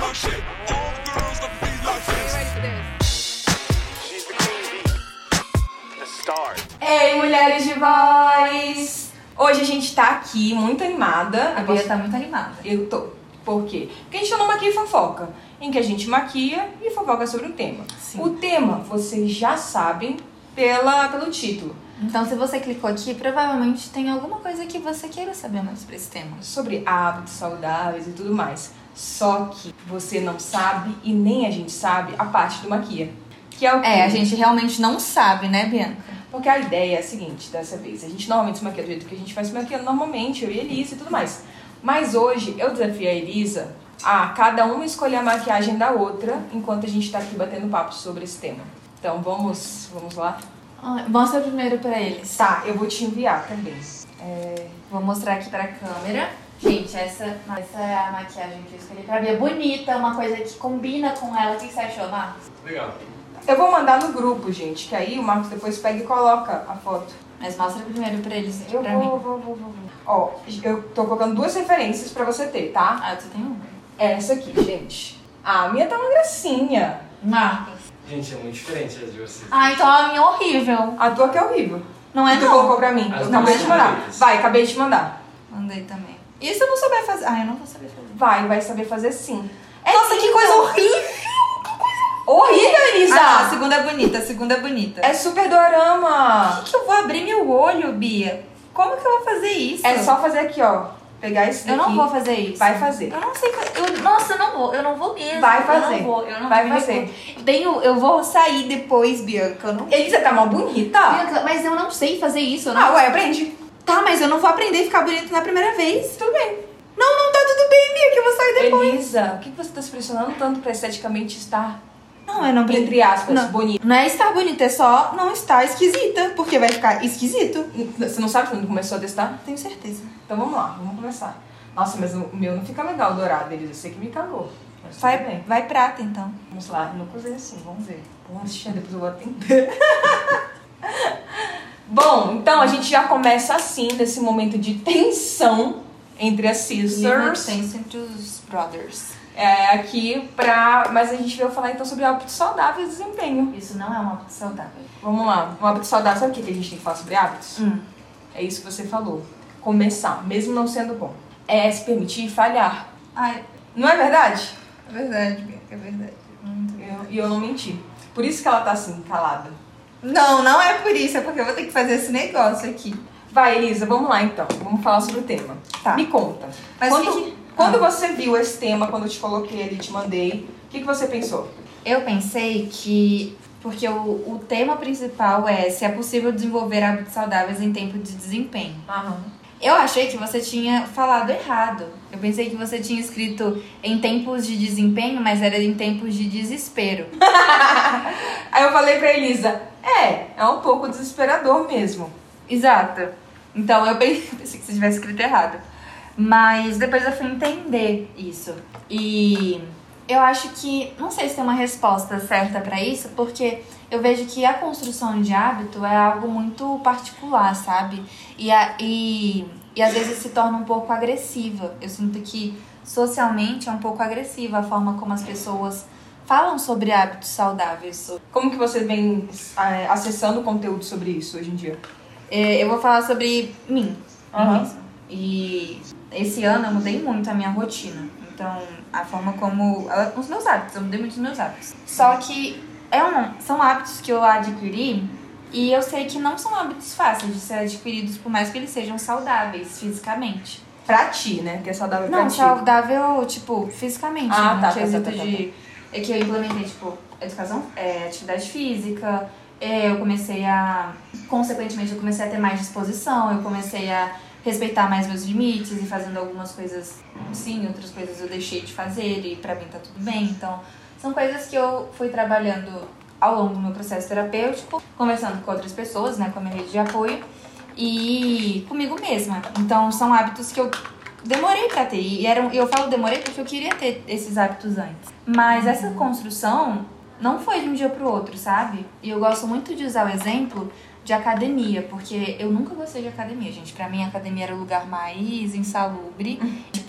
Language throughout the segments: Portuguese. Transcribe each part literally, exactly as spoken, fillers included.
Ei, mulheres de voz! Hoje a gente tá aqui muito animada. A Bia tá muito animada. Eu tô. Por quê? Porque a gente tá no Maquia e Fofoca, em que a gente maquia e fofoca sobre um tema. Sim. O tema, vocês já sabem pela, pelo título. Então, se você clicou aqui, provavelmente tem alguma coisa que você queira saber mais sobre esse tema. Sobre hábitos saudáveis e tudo mais. Só que você não sabe, e nem a gente sabe, a parte do Maquia. Que é o quê? É, a gente realmente não sabe, né, Bianca? Porque a ideia é a seguinte, dessa vez. A gente normalmente se maquia do jeito que a gente faz se maquiando normalmente, eu e a Elisa e tudo mais. Mas hoje eu desafio a Elisa a cada uma escolher a maquiagem da outra, enquanto a gente tá aqui batendo papo sobre esse tema. Então vamos, vamos lá? Ah, mostra primeiro pra eles. Tá, eu vou te enviar também. É... Vou mostrar aqui pra câmera. Gente, essa, essa é a maquiagem que eu escolhi pra Bia. Bonita, uma coisa que combina com ela. O que você achou, Marcos? Legal. Eu vou mandar no grupo, gente, que aí o Marcos depois pega e coloca a foto. Mas mostra primeiro pra eles aqui Eu pra vou, mim. vou, vou, vou, vou. Ó, eu tô colocando duas referências pra você ter, tá? Ah, você tem uma? Essa aqui, gente. Ah, a minha tá uma gracinha. Marcos. Gente, é muito diferente as de vocês. Ah, então a minha é horrível. A tua que é horrível. Não é que tu não. colocou pra mim. As Eu acabei duas de mandar. horríveis. Vai, acabei de mandar. Mandei também. E se eu não souber fazer? Ah, eu não vou saber fazer. Vai, vai saber fazer sim. É Nossa, que lindo. coisa horrível! Horrível, Elisa! Ah, a segunda é bonita, a segunda é bonita. É super dorama. Por que, que eu vou abrir meu olho, Bia? Como que eu vou fazer isso? É só fazer aqui, ó. Pegar esse Eu daqui. não vou fazer isso. Vai fazer. Eu não sei fazer. Eu, nossa, eu não vou. Eu não vou mesmo. Vai fazer. Eu não vou. Eu não Vai vou. fazer. Eu, tenho, eu vou sair depois, Bianca. Eu não... Elisa tá mal bonita. Bianca, mas eu não sei fazer isso. Eu não... Ah, ué, aprende. Tá, mas eu não vou aprender a ficar bonita na primeira vez. Tudo bem. Não, não tá tudo bem, Bia, que eu vou sair depois. Elisa, o que você tá se pressionando tanto pra esteticamente estar, Não, eu não... entre aspas, não. bonita? Não é estar bonita, é só não estar esquisita. Porque vai ficar esquisito. Você não sabe quando começou a testar? Tenho certeza. Então vamos lá, vamos começar. Nossa, mas o meu não fica legal dourado, Elisa. Eu sei que me cagou. Mas tudo Vai, bem. vai prata, então. Vamos lá, nunca usei assim, vamos ver. Vamos assistir, depois eu vou atender. Bom, então a gente já começa assim, nesse momento de tensão entre as sisters. entre os brothers. É, aqui pra... Mas a gente veio falar então sobre hábitos saudáveis e desempenho. Isso não é uma hábito saudável. Vamos lá, um hábito saudável, sabe o que que a gente tem que falar sobre hábitos? Hum. É isso que você falou. Começar, mesmo não sendo bom. É se permitir falhar. Ai, Não é verdade? é verdade, Bianca, é verdade. E eu, e eu não menti. Por isso que ela tá assim, calada. Não, não é por isso, é porque eu vou ter que fazer esse negócio aqui. Vai, Elisa, vamos lá então. Vamos falar sobre o tema. Tá. Me conta. Mas quando o que que- quando Ah. você viu esse tema, quando eu te coloquei ali, te mandei, o que, que você pensou? Eu pensei que... Porque o, o tema principal é se é possível desenvolver hábitos saudáveis em tempo de desempenho. Aham. Eu achei que você tinha falado errado. Eu pensei que você tinha escrito em tempos de desempenho, mas era em tempos de desespero. Aí eu falei pra Elisa, é, é um pouco desesperador mesmo. Exato. Então eu pensei, pensei que você tivesse escrito errado. Mas depois eu fui entender isso. E eu acho que... Não sei se tem uma resposta certa pra isso, porque eu vejo que a construção de hábito é algo muito particular, sabe? E, a, e, e às vezes se torna um pouco agressiva. Eu sinto que socialmente é um pouco agressiva a forma como as pessoas falam sobre hábitos saudáveis. Como que você vem é, acessando conteúdo sobre isso hoje em dia? É, eu vou falar sobre mim, Aham. mim mesma. E esse ano eu mudei muito a minha rotina. Então, a forma como... ela- Os meus hábitos, eu mudei muito os meus hábitos. Só que é um, são hábitos que eu adquiri e eu sei que não são hábitos fáceis de ser adquiridos, por mais que eles sejam saudáveis fisicamente. Pra ti, né? Que é saudável pra Não, ti. saudável, tipo, fisicamente. Ah, no tá, tá, quesito tá, tá, tá, de... É que eu implementei, tipo, educação, é, atividade física, é, eu comecei a... Consequentemente, eu comecei a ter mais disposição, eu comecei a respeitar mais meus limites e fazendo algumas coisas sim, outras coisas eu deixei de fazer e pra mim tá tudo bem. Então, são coisas que eu fui trabalhando ao longo do meu processo terapêutico, conversando com outras pessoas, né, com a minha rede de apoio e comigo mesma. Então, são hábitos que eu demorei pra ter. E eram, eu falo demorei porque eu queria ter esses hábitos antes. Mas essa construção não foi de um dia pro outro, sabe? E eu gosto muito de usar o exemplo de academia, porque eu nunca gostei de academia, gente. Pra mim, a academia era o lugar mais insalubre. Tipo,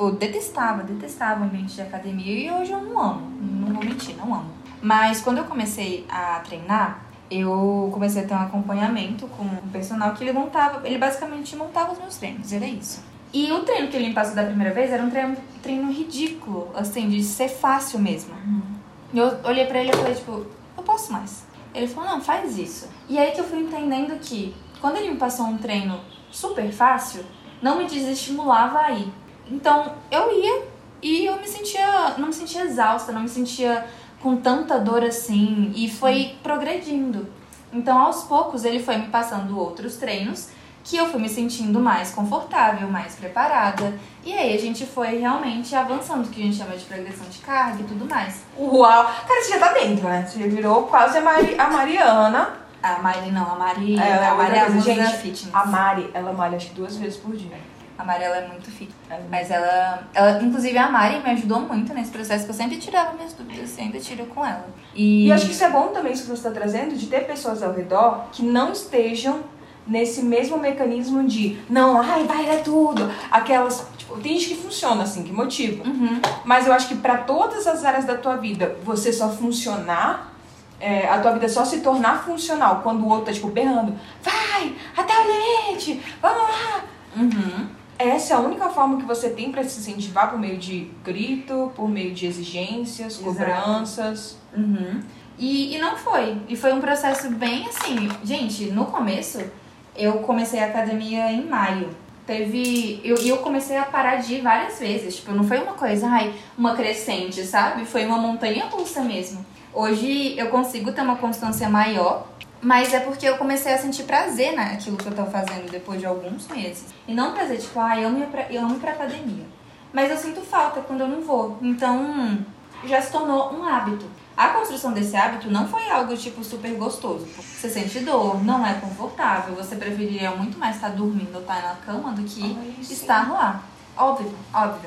tipo, eu detestava, detestava o ambiente de academia. E hoje eu não amo, não vou mentir, não amo. Mas quando eu comecei a treinar, eu comecei a ter um acompanhamento com um personal que ele montava, ele basicamente montava os meus treinos, era isso. E o treino que ele me passou da primeira vez era um treino, treino ridículo, assim, de ser fácil mesmo. Uhum. E eu olhei pra ele e falei, tipo, eu posso mais. Ele falou, não, faz isso. E aí que eu fui entendendo que, quando ele me passou um treino super fácil, não me desestimulava a ir. Então, eu ia e eu me sentia, não me sentia exausta, não me sentia com tanta dor assim, e foi progredindo. Então, aos poucos, ele foi me passando outros treinos, que eu fui me sentindo mais confortável, mais preparada. E aí a gente foi realmente avançando, que a gente chama de progressão de carga e tudo mais. Uau! Cara, você já tá dentro, né? Você já virou quase a, Mari, a Mariana. A Mari não, a Mari... É, a Mari é a musa gente, fitness. A Mari, ela malha acho que duas vezes por dia. A Mari, ela é muito fit. Mas ela, ela... Inclusive, a Mari me ajudou muito nesse processo, que eu sempre tirava minhas dúvidas, sempre tiro com ela. E, e eu acho que isso é bom também, isso que você tá trazendo, de ter pessoas ao redor que não estejam nesse mesmo mecanismo de não, ai, vai, é tudo. Aquelas, tipo, tem gente que funciona assim, que motiva. Uhum. Mas eu acho que pra todas as áreas da tua vida, você só funcionar, é, a tua vida só se tornar funcional quando o outro tá, tipo, berrando, vai, até o limite, vamos lá. Uhum. Essa é a única forma que você tem pra se incentivar, por meio de grito, por meio de exigências, Exato. Cobranças. Uhum. E, e não foi. E foi um processo bem assim. Gente, no começo, eu comecei a academia em maio. Teve... E eu, eu comecei a parar de ir várias vezes. Tipo, não foi uma coisa, ai, uma crescente, sabe? Foi uma montanha russa mesmo. Hoje eu consigo ter uma constância maior, mas é porque eu comecei a sentir prazer naquilo que eu tô fazendo depois de alguns meses. E não prazer, tipo, ai, eu amo ir pra, eu amo ir pra academia. Mas eu sinto falta quando eu não vou. Então, já se tornou um hábito. A construção desse hábito não foi algo, tipo, super gostoso. Você sente dor, não é confortável. Você preferiria muito mais estar dormindo ou estar na cama do que Ai, estar lá. Óbvio, óbvio.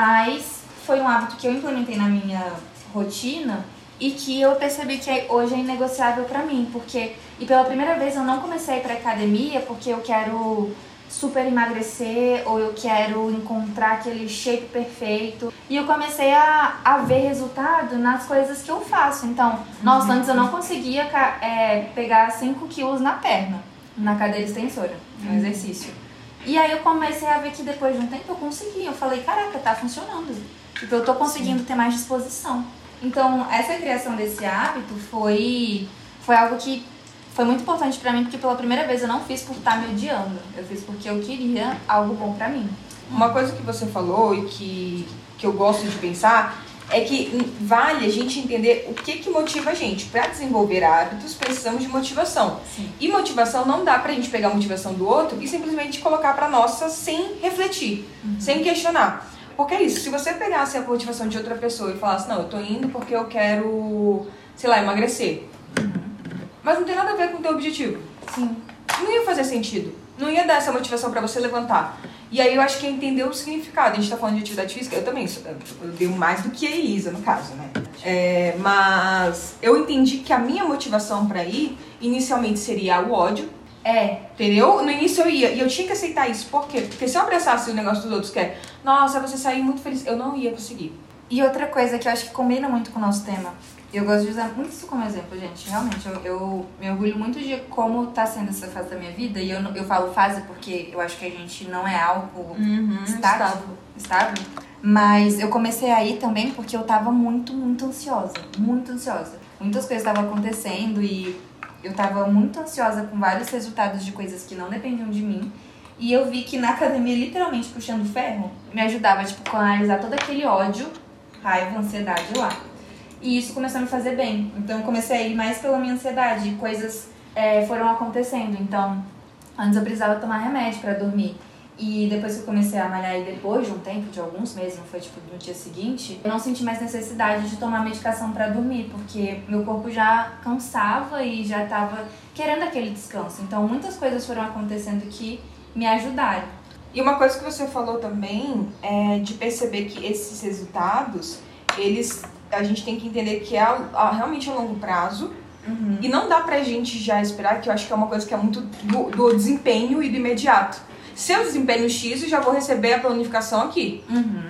Mas foi um hábito que eu implementei na minha rotina e que eu percebi que hoje é inegociável pra mim. Porque, e pela primeira vez eu não comecei a ir pra academia porque eu quero super emagrecer ou eu quero encontrar aquele shape perfeito. E eu comecei a, a ver resultado nas coisas que eu faço. Então, nossa, antes eu não conseguia é, pegar cinco quilos na perna, na cadeira extensora, no exercício. E aí eu comecei a ver que depois de um tempo eu consegui. Eu falei, caraca, tá funcionando. Tipo, eu tô conseguindo ter mais disposição. Então, essa criação desse hábito foi, foi algo que foi muito importante pra mim, porque pela primeira vez eu não fiz por estar me odiando. Eu fiz porque eu queria algo bom pra mim. Uma coisa que você falou e que, que eu gosto de pensar é que vale a gente entender o que, que motiva a gente. Para desenvolver hábitos, precisamos de motivação. Sim. E motivação não dá pra gente pegar a motivação do outro e simplesmente colocar pra nossa sem refletir, uhum. sem questionar. Porque é isso, se você pegasse a motivação de outra pessoa e falasse, não, eu tô indo porque eu quero, sei lá, emagrecer. Uhum. Mas não tem nada a ver com o teu objetivo. Sim. Não ia fazer sentido. Não ia dar essa motivação pra você levantar. E aí eu acho que é entender o significado. A gente tá falando de atividade física, eu também sou, eu dei mais do que a Isa, no caso, né? É, mas eu entendi que a minha motivação pra ir, inicialmente seria o ódio. É. Entendeu? No início eu ia, e eu tinha que aceitar isso. Por quê? Porque se eu abraçasse o negócio dos outros, que é, nossa, você sair muito feliz, eu não ia conseguir. E outra coisa que eu acho que combina muito com o nosso tema, eu gosto de usar muito isso como exemplo, gente. Realmente, eu, eu me orgulho muito de como tá sendo essa fase da minha vida. E eu, eu falo fase porque eu acho que a gente não é algo uhum, estável, estável. Mas eu comecei a ir também porque eu tava muito, muito ansiosa. Muito ansiosa. Muitas coisas estavam acontecendo e eu tava muito ansiosa com vários resultados de coisas que não dependiam de mim. E eu vi que na academia, literalmente puxando ferro, me ajudava, tipo, a analisar todo aquele ódio, raiva, ansiedade lá. E isso começou a me fazer bem. Então eu comecei a ir mais pela minha ansiedade. Coisas é, foram acontecendo. Então, antes eu precisava tomar remédio pra dormir. E depois que eu comecei a malhar, e depois de um tempo, de alguns meses, não foi tipo no dia seguinte, eu não senti mais necessidade de tomar medicação pra dormir, porque meu corpo já cansava e já tava querendo aquele descanso. Então muitas coisas foram acontecendo que me ajudaram. E uma coisa que você falou também é de perceber que esses resultados, eles, a gente tem que entender que é a, a, realmente a longo prazo. Uhum. E não dá pra gente já esperar, que eu acho que é uma coisa que é muito do, do desempenho e do imediato. Se eu desempenho X, eu já vou receber a planificação aqui. Uhum.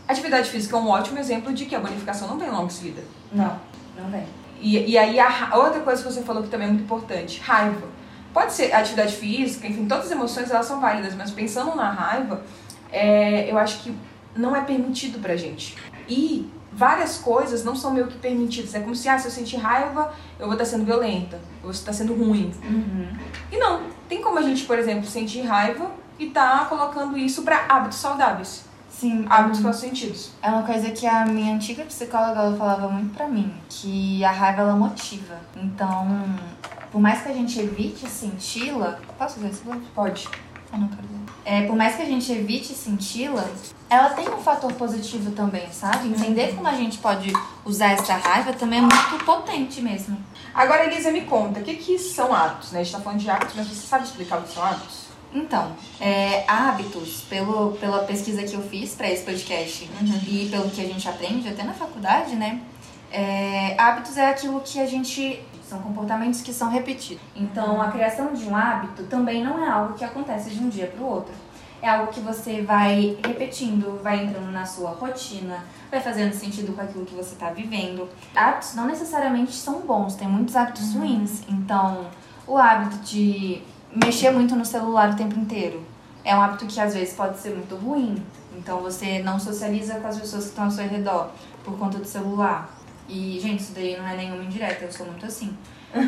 Atividade física é um ótimo exemplo de que a bonificação não vem logo em seguida. Não, não vem. E, e aí, a, a outra coisa que você falou que também é muito importante, raiva. Pode ser atividade física, enfim, todas as emoções elas são válidas, mas pensando na raiva, é, eu acho que não é permitido pra gente. E várias coisas não são meio que permitidas. É como se, ah, se eu sentir raiva, eu vou estar sendo violenta, eu vou estar sendo ruim. Uhum. E não, tem como a gente, por exemplo, sentir raiva e tá colocando isso pra hábitos saudáveis. Sim. Hábitos com os sentidos. É uma coisa que a minha antiga psicóloga ela falava muito pra mim, que a raiva ela motiva. Então, por mais que a gente evite senti-la... Posso usar esse bloco? Pode. Ah, não quero dizer. É, por mais que a gente evite senti-la, ela tem um fator positivo também, sabe? Entender como a gente pode usar essa raiva também é muito potente mesmo. Agora, Elisa, me conta, o que, que são hábitos, né? A gente tá falando de hábitos, mas você sabe explicar o que são hábitos? Então, é, hábitos, pelo, pela pesquisa que eu fiz para esse podcast Uhum. e pelo que a gente aprende até na faculdade, né? É, hábitos é aquilo que a gente... São comportamentos que são repetidos. Então, a criação de um hábito também não é algo que acontece de um dia para o outro. É algo que você vai repetindo, vai entrando na sua rotina, vai fazendo sentido com aquilo que você está vivendo. Hábitos não necessariamente são bons, tem muitos hábitos Uhum. ruins. Então, o hábito de mexer muito no celular o tempo inteiro é um hábito que às vezes pode ser muito ruim. Então, você não socializa com as pessoas que estão ao seu redor por conta do celular. E, gente, isso daí não é nenhuma indireta, eu sou muito assim.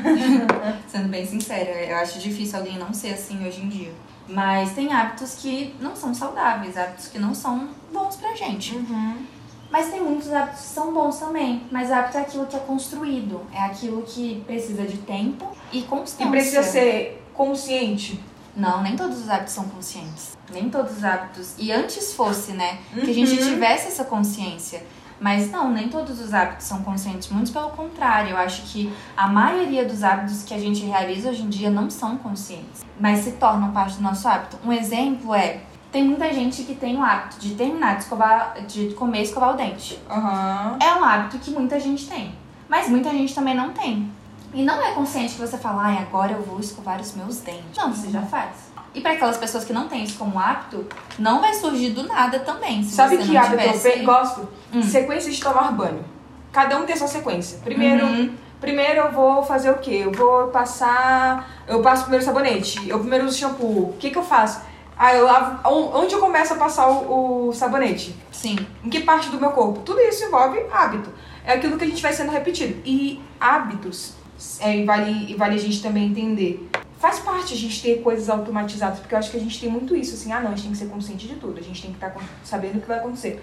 Sendo bem sincera, eu acho difícil alguém não ser assim hoje em dia. Mas tem hábitos que não são saudáveis, hábitos que não são bons pra gente. Uhum. Mas tem muitos hábitos que são bons também. Mas hábito é aquilo que é construído, é aquilo que precisa de tempo e constância. E precisa ser consciente. Não, nem todos os hábitos são conscientes. Nem todos os hábitos. E antes fosse, né? Que a gente Uhum. tivesse essa consciência. Mas não, nem todos os hábitos são conscientes. Muito pelo contrário, eu acho que a maioria dos hábitos que a gente realiza hoje em dia não são conscientes. Mas se tornam parte do nosso hábito. Um exemplo é... Tem muita gente que tem o hábito de terminar de, escovar, de comer e escovar o dente. Uhum. É um hábito que muita gente tem. Mas muita gente também não tem. E não é consciente que você fala, ai, agora eu vou escovar os meus dentes. Não, você já faz. E para aquelas pessoas que não têm isso como hábito, não vai surgir do nada também. Se Sabe você que não hábito tivesse... eu pe- gosto? Hum. Sequência de tomar banho. Cada um tem sua sequência. Primeiro, Uhum. primeiro eu vou fazer o quê? Eu vou passar... Eu passo primeiro sabonete. Eu primeiro uso shampoo. O que que eu faço? Ah, eu lavo... Onde eu começo a passar o, o sabonete? Sim. Em que parte do meu corpo? Tudo isso envolve hábito. É aquilo que a gente vai sendo repetido. E hábitos, é, e vale, e vale a gente também entender. Faz parte a gente ter coisas automatizadas, porque eu acho que a gente tem muito isso, assim, ah não, a gente tem que ser consciente de tudo, a gente tem que estar sabendo o que vai acontecer.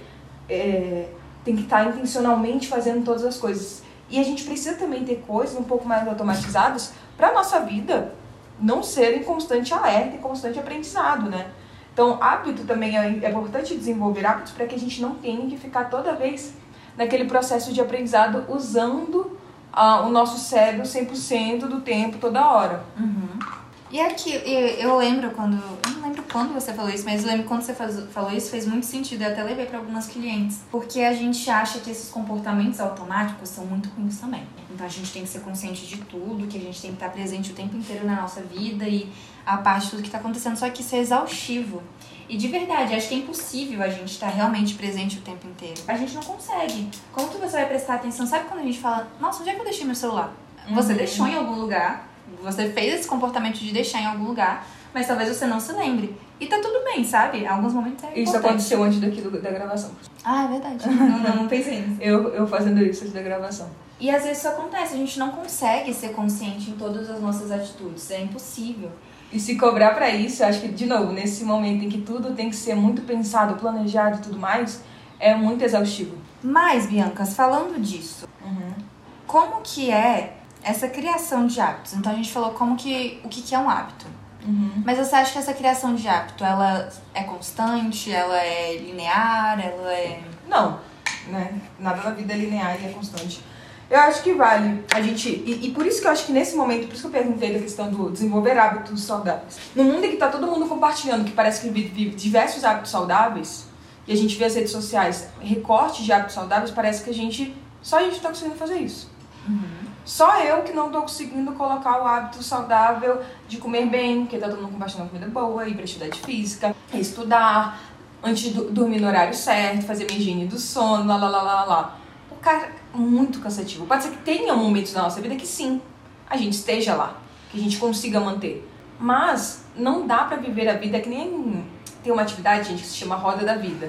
É, tem que estar intencionalmente fazendo todas as coisas. E a gente precisa também ter coisas um pouco mais automatizadas para nossa vida não ser em constante alerta e constante aprendizado, né? Então, hábito também é, é importante desenvolver hábitos para que a gente não tenha que ficar toda vez naquele processo de aprendizado usando uh, o nosso cérebro cem por cento do tempo, toda hora. Uhum. E aqui, eu lembro quando... Eu não lembro quando você falou isso, mas eu lembro quando você faz, falou isso, fez muito sentido. Eu até levei para algumas clientes. Porque a gente acha que esses comportamentos automáticos são muito ruins também. Então a gente tem que ser consciente de tudo, que a gente tem que estar presente o tempo inteiro na nossa vida e a parte de tudo que está acontecendo. Só que isso é exaustivo. E de verdade, acho que é impossível a gente estar realmente presente o tempo inteiro. A gente não consegue. Como que você vai prestar atenção? Sabe quando a gente fala, nossa, onde é que eu deixei meu celular? Uhum. Você deixou em algum lugar, você fez esse comportamento de deixar em algum lugar, mas talvez você não se lembre. E tá tudo bem, sabe? Em alguns momentos é importante. Isso aconteceu antes daqui do, da gravação. Ah, é verdade. não, não, não pensei nisso. Eu, eu fazendo isso antes da gravação. E às vezes isso acontece, a gente não consegue ser consciente em todas as nossas atitudes, é impossível. E se cobrar pra isso, eu acho que, de novo, nesse momento em que tudo tem que ser muito pensado, planejado e tudo mais, é muito exaustivo. Mas, Biancas, falando disso, Uhum. como que é essa criação de hábitos? Então a gente falou como que, o que, que é um hábito. Uhum. Mas você acha que essa criação de hábito, ela é constante, ela é linear, ela é... Não, né? Nada na vida é linear e é constante. Eu acho que vale a gente... E, e por isso que eu acho que nesse momento, por isso que eu perguntei da questão do desenvolver hábitos saudáveis. No mundo em que tá todo mundo compartilhando, que parece que vive diversos hábitos saudáveis, e a gente vê as redes sociais, recortes de hábitos saudáveis, parece que a gente... Só a gente tá conseguindo fazer isso. Uhum. Só eu que não tô conseguindo colocar o hábito saudável de comer bem, porque tá todo mundo compartilhando comida boa, ir pra atividade física, estudar, antes de do- dormir no horário certo, fazer minha higiene do sono, lá, lá, lá, lá, lá. O cara é muito cansativo. Pode ser que tenha momentos na nossa vida que sim, a gente esteja lá, que a gente consiga manter. Mas não dá pra viver a vida que nem... Tem uma atividade, gente, que se chama Roda da Vida.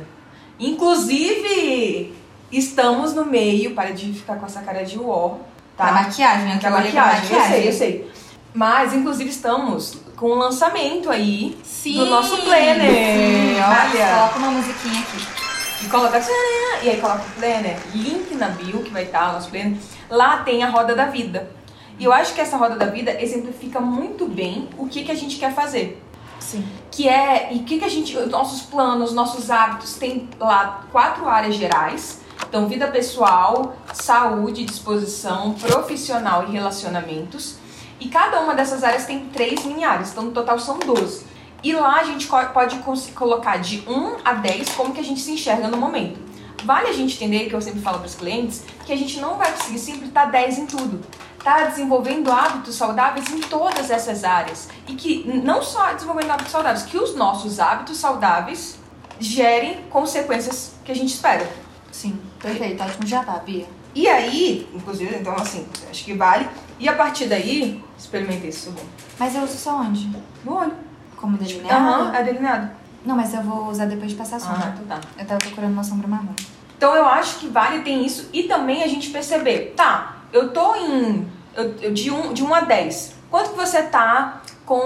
Inclusive, estamos no meio, para de ficar com essa cara de uó, tá? Pra maquiagem, né? Que é maquiagem, eu sei, eu sei. Mas, inclusive, estamos com um lançamento aí Sim. do nosso planner. Sim. Olha. Coloca uma musiquinha aqui. E coloca e aí coloca o planner, link na bio que vai estar o nosso planner. Lá tem a Roda da Vida. E eu acho que essa Roda da Vida exemplifica muito bem o que, que a gente quer fazer. Sim. Que é, e o que, que a gente, os nossos planos, nossos hábitos, tem lá quatro áreas gerais. Então, vida pessoal, saúde, disposição, profissional e relacionamentos. E cada uma dessas áreas tem três mini áreas, então no total são doze. E lá a gente co- pode cons- colocar de um a dez como que a gente se enxerga no momento. Vale a gente entender, que eu sempre falo para os clientes, que a gente não vai conseguir sempre estar dez em tudo. Tá desenvolvendo hábitos saudáveis em todas essas áreas. E que n- não só desenvolvendo hábitos saudáveis, que os nossos hábitos saudáveis gerem consequências que a gente espera. Sim, perfeito. Ótimo já tá, Bia. E aí, inclusive, então assim, acho que vale. E a partir daí, experimentei isso bom. Mas eu uso só onde? No olho. Como delineado? Aham, é delineado. Não, mas eu vou usar depois de passar a sombra. Ah, então tá. Eu tava procurando uma sombra marrom. Então eu acho que vale tem isso e também a gente perceber, tá, eu tô em, eu, eu, de, um, de um a dez, quanto que você tá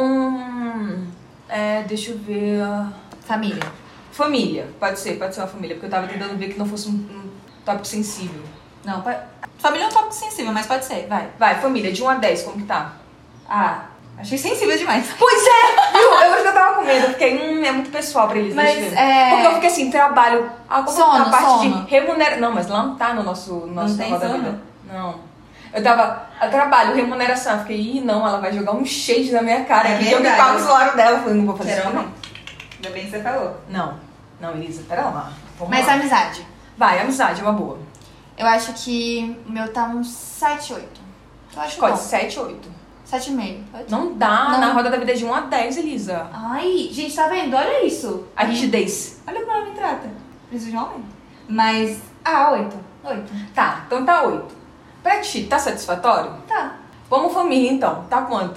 com, é, deixa eu ver, Família. família, pode ser, pode ser uma família, porque eu tava tentando ver que não fosse um, um tópico sensível. Não, pode... Família é um tópico sensível, mas pode ser, vai. Vai, família, de um a dez, como que tá? Ah, achei sensível demais. Pois é, viu? Eu acho que eu tava com medo, eu fiquei, hum, é muito pessoal pra eles. Mas, deixa eu ver. é- Porque eu fiquei assim, trabalho, ah, como Sono, tá a parte sono. de remuneração. Não, mas lá não tá no nosso, no nosso Não tem Roda da sono? Vida. Não. Eu tava, eu trabalho, remuneração. Eu fiquei, ih, não, ela vai jogar um shade na minha cara. É aqui, eu me verdade. pago o salário dela. Eu falei, não vou fazer isso, não. Ainda bem que você falou. Não, não, Elisa, pera lá. Vamos Mas lá. amizade. Vai, amizade é uma boa. Eu acho que o meu tá uns sete, oito. Eu acho Escolhe bom. sete, oito. sete e meio. Pode? Não dá Não. na roda da vida de um a dez, Elisa. Ai, gente, tá vendo? Olha isso. A rigidez. Olha como ela me trata. Preciso de um homem. Mas, ah, oito. Oito. Tá, então tá oito. Pra ti, tá satisfatório? Tá. Vamos família, então. Tá quanto?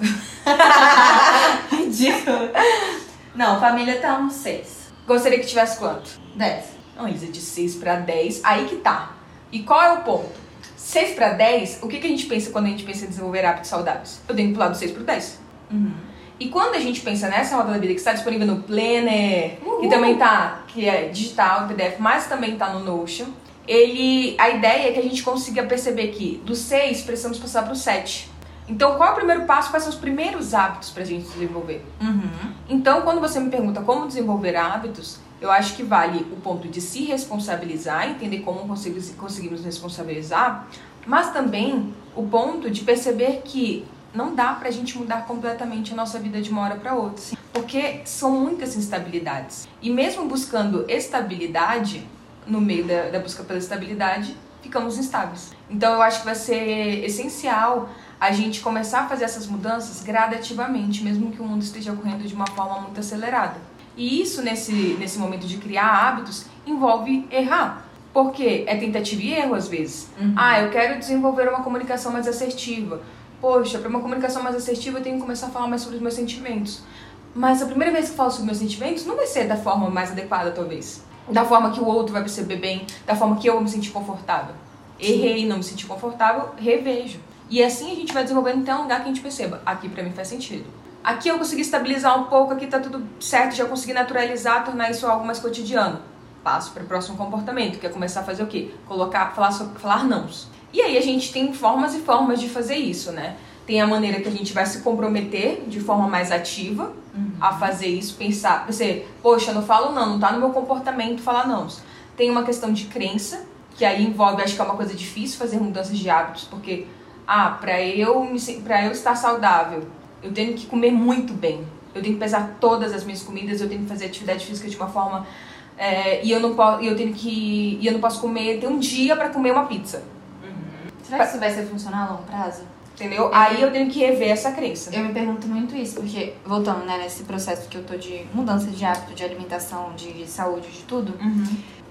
Ridículo. Não, família tá uns seis. Gostaria que tivesse quanto? Dez. Não, Elisa, de seis pra dez, aí que tá. E qual é o ponto? seis pra dez, o que, que a gente pensa quando a gente pensa em desenvolver hábitos saudáveis? Eu tenho que pular do seis pro dez. Uhum. E quando a gente pensa nessa roda da vida que está disponível no Planner, Uhul. que também tá, que é digital, P D F, mas também tá no Notion, ele, a ideia é que a gente consiga perceber que do seis precisamos passar pro sete. Então, qual é o primeiro passo? Quais são os primeiros hábitos pra gente desenvolver? Uhum. Então, quando você me pergunta como desenvolver hábitos, eu acho que vale o ponto de se responsabilizar, entender como conseguimos, conseguimos nos responsabilizar, mas também o ponto de perceber que não dá pra gente mudar completamente a nossa vida de uma hora pra outra. Porque são muitas instabilidades. E mesmo buscando estabilidade, no meio da, da busca pela estabilidade, ficamos instáveis. Então, eu acho que vai ser essencial a gente começar a fazer essas mudanças gradativamente, mesmo que o mundo esteja ocorrendo de uma forma muito acelerada. E isso, nesse, nesse momento de criar hábitos, envolve errar. Porque é tentativa e erro, às vezes. Uhum. Ah, eu quero desenvolver uma comunicação mais assertiva. Poxa, para uma comunicação mais assertiva, eu tenho que começar a falar mais sobre os meus sentimentos. Mas a primeira vez que eu falo sobre meus sentimentos, não vai ser da forma mais adequada, talvez. Da forma que o outro vai perceber bem, da forma que eu vou me sentir confortável. Errei, não me senti confortável, revejo. E assim a gente vai desenvolvendo até um lugar que a gente perceba. Aqui pra mim faz sentido. Aqui eu consegui estabilizar um pouco, aqui tá tudo certo, já consegui naturalizar, tornar isso algo mais cotidiano. Passo para o próximo comportamento, que é começar a fazer o quê? Colocar, falar, sobre, falar nãos. E aí a gente tem formas e formas de fazer isso, né? Tem a maneira que a gente vai se comprometer de forma mais ativa uhum. a fazer isso, pensar, você, poxa, eu não falo não, não tá no meu comportamento falar nãos. Tem uma questão de crença, que aí envolve, acho que é uma coisa difícil fazer mudanças de hábitos, porque, ah, pra eu, me, pra eu estar saudável, eu tenho que comer muito bem. Eu tenho que pesar todas as minhas comidas, eu tenho que fazer atividade física de uma forma... É, e eu não posso, eu tenho que, e eu não posso comer, ter um dia pra comer uma pizza. Uhum. Será que isso vai ser funcional a longo prazo? Entendeu? Aí eu tenho que rever essa crença. Eu me pergunto muito isso, porque, voltando, né, nesse processo que eu tô de mudança de hábito, de alimentação, de saúde, de tudo, Uhum.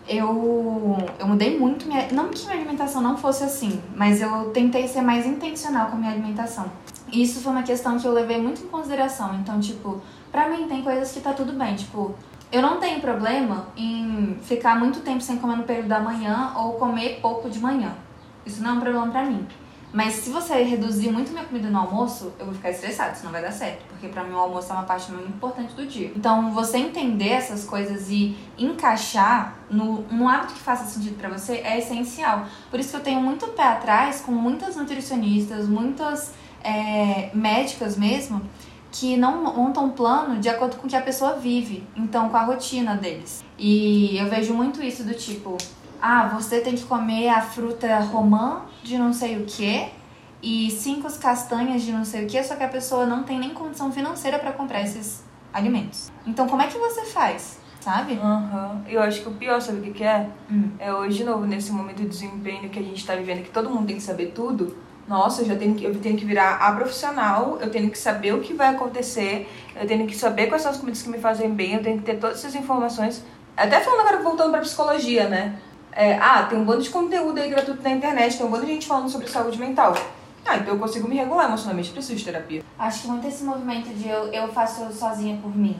eu, eu mudei muito minha... Não que minha alimentação não fosse assim, mas eu tentei ser mais intencional com a minha alimentação. E isso foi uma questão que eu levei muito em consideração. Então, tipo, pra mim tem coisas que tá tudo bem, tipo... Eu não tenho problema em ficar muito tempo sem comer no período da manhã ou comer pouco de manhã. Isso não é um problema pra mim. Mas se você reduzir muito minha comida no almoço, eu vou ficar estressada, isso não vai dar certo. Porque pra mim o almoço é uma parte muito importante do dia. Então, você entender essas coisas e encaixar no, num hábito que faça sentido pra você é essencial. Por isso que eu tenho muito pé atrás com muitas nutricionistas, muitas é, médicas mesmo, que não montam um plano de acordo com o que a pessoa vive. Então, com a rotina deles. E eu vejo muito isso do tipo... Ah, você tem que comer a fruta romã de não sei o que e cinco castanhas de não sei o que, só que a pessoa não tem nem condição financeira pra comprar esses alimentos. Então, como é que você faz, sabe? Uhum. Eu acho que o pior, sabe o que que é? Hum. É hoje, de novo, nesse momento de desempenho que a gente tá vivendo, que todo mundo tem que saber tudo. Nossa, eu já tenho que, eu tenho que virar a profissional, eu tenho que saber o que vai acontecer, eu tenho que saber quais são as comidas que me fazem bem, eu tenho que ter todas essas informações. Até falando agora, voltando pra psicologia, né? É, ah, tem um bando de conteúdo aí gratuito na internet, tem um bando de gente falando sobre saúde mental. Ah, então eu consigo me regular emocionalmente, preciso de terapia. Acho que muito esse movimento de eu, eu faço sozinha por mim.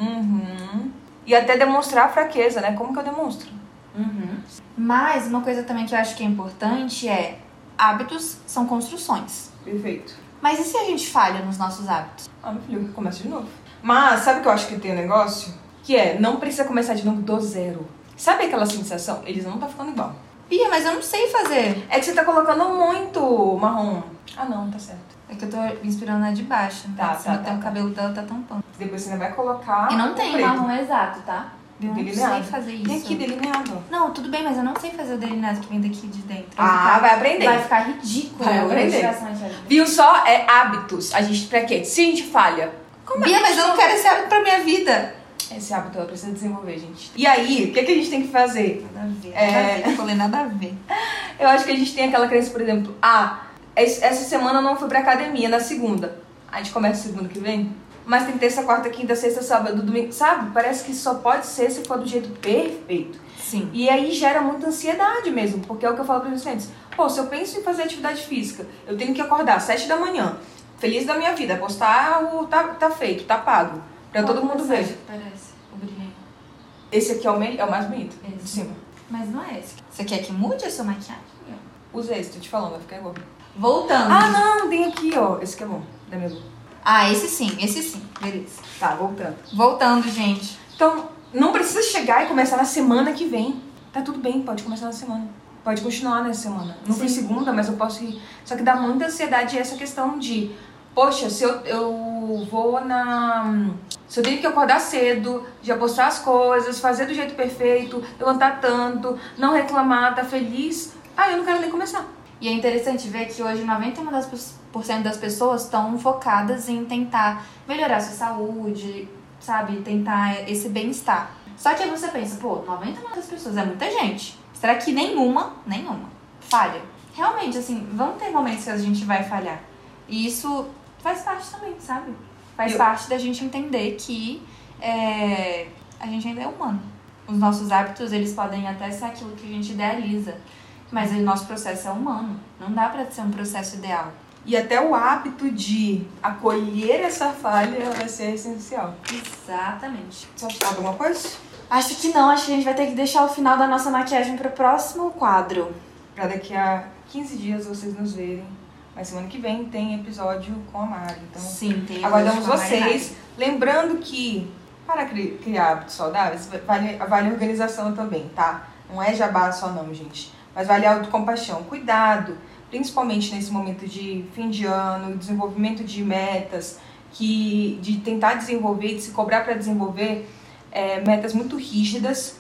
Uhum. E até demonstrar fraqueza, né? Como que eu demonstro? Uhum. Mas uma coisa também que eu acho que é importante é... Hábitos são construções. Perfeito. Mas e se a gente falha nos nossos hábitos? Ah, meu filho, começa de novo. Mas sabe o que eu acho que tem um negócio? Que é, não precisa começar de novo do zero. Sabe aquela sensação? Eles não tá ficando igual. Bia, mas eu não sei fazer. É que você tá colocando muito marrom. Ah, não, tá certo. É que eu tô me inspirando na de baixo. Tá, Tá, tá, até tá, o tá. cabelo dela tá tampando. Depois você ainda vai colocar E não o tem preto. marrom exato, tá? Eu não Delineado. sei fazer isso. Tem aqui delineado. Não, tudo bem, mas eu não sei fazer o delineado que vem daqui de dentro. Ah, vai aprender. Vai ficar ridículo. Vai a aprender. ilustração de hoje. Viu só? É hábitos. A gente, pra quê? Se a gente falha. Como Bia, é que mas eu não quero esse hábito pra minha vida. Esse hábito ela precisa desenvolver, gente. E aí, o que, é que a gente tem que fazer? Nada a ver, É. nada a ver. Eu falei nada a ver. Eu acho que a gente tem aquela crença, por exemplo, ah, es- essa semana eu não fui pra academia, na segunda. A gente começa segunda que vem. Mas tem terça, quarta, quinta, sexta, sábado, domingo, sabe? Parece que só pode ser se for do jeito perfeito. Sim. E aí gera muita ansiedade mesmo, porque é o que eu falo para os meus clientes. Pô, se eu penso em fazer atividade física, eu tenho que acordar às sete da manhã, feliz da minha vida, postar o tá, tá feito, tá pago, pra todo mundo ver. Que parece o brilhinho. Esse aqui é o, me- é o mais bonito, de Esse. cima. Mas não é esse. Você quer que mude a sua maquiagem? Usa esse, tô te falando, vai ficar igual. Voltando. Ah, não, tem aqui, ó. Esse que é bom, da minha boca. Ah, esse sim, esse sim. Beleza. Tá, voltando. Voltando, gente. Então, não precisa chegar e começar na semana que vem. Tá tudo bem, pode começar na semana. Pode continuar nessa semana. Não fui Sim. segunda, mas eu posso ir. Só que dá muita ansiedade essa questão de... Poxa, se eu, eu vou na... Se eu tenho que acordar cedo, já postar as coisas, fazer do jeito perfeito, levantar tanto, não reclamar, tá feliz... Ah, eu não quero nem começar. E é interessante ver que hoje noventa e um por cento das pessoas estão focadas em tentar melhorar a sua saúde, sabe? Tentar esse bem-estar. Só que aí você pensa, pô, noventa por cento das pessoas é muita gente. Será que nenhuma, nenhuma, falha? Realmente, assim, vão ter momentos que a gente vai falhar. E isso faz parte também, sabe? Faz Eu- parte da gente entender que é, a gente ainda é humano. Os nossos hábitos, eles podem até ser aquilo que a gente idealiza. Mas o nosso processo é humano. Não dá pra ser um processo ideal. E até o hábito de acolher essa falha vai ser essencial. Exatamente. Você acha que falta alguma coisa? Acho que não. Acho que a gente vai ter que deixar o final da nossa maquiagem pro próximo quadro. Pra daqui a quinze dias vocês nos verem. Mas semana que vem tem episódio com a Mari. Então, Sim, tem. aguardamos hoje com a vocês. Marinari. Lembrando que para cri- criar hábitos saudáveis, vale, vale organização também, tá? Não é jabá só não, gente. Mas vale autocompaixão. Cuidado, principalmente nesse momento de fim de ano, desenvolvimento de metas, que, de tentar desenvolver, de se cobrar para desenvolver é, metas muito rígidas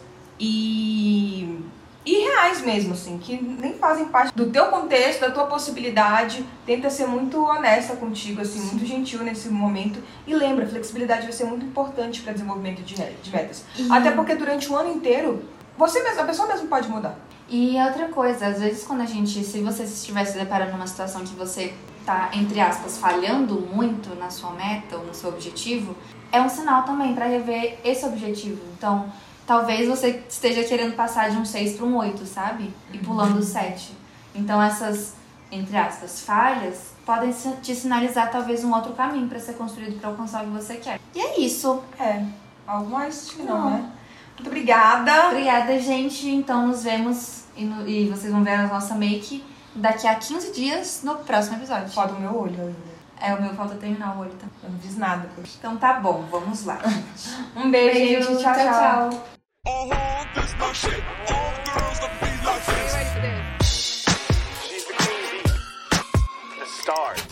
e, e reais mesmo, assim, que nem fazem parte do teu contexto, da tua possibilidade. Tenta ser muito honesta contigo, assim, muito gentil nesse momento. E lembra, flexibilidade vai ser muito importante para desenvolvimento de, de metas. E- Até porque durante o ano inteiro, você mesmo, a pessoa mesmo pode mudar. E outra coisa, às vezes quando a gente, se você estiver se deparando numa situação que você tá, entre aspas, falhando muito na sua meta ou no seu objetivo, é um sinal também para rever esse objetivo. Então, talvez você esteja querendo passar de um seis para um oito, sabe? E pulando o sete. Então, essas, entre aspas, falhas podem te sinalizar talvez um outro caminho para ser construído para alcançar o que você quer. E é isso. É, algo mais que não, Não. né? Muito obrigada. Obrigada, gente. Então, nos vemos e, no, e vocês vão ver a nossa make daqui a quinze dias no próximo episódio. Foda o meu olho ainda. É, o meu falta terminar o olho também. Eu não fiz nada, poxa. Então tá bom, vamos lá. Um beijo, Beijo, gente. Tchau, tchau. tchau. Uh-huh, this my shit. All girls that be like this. She's the queen bee, the star.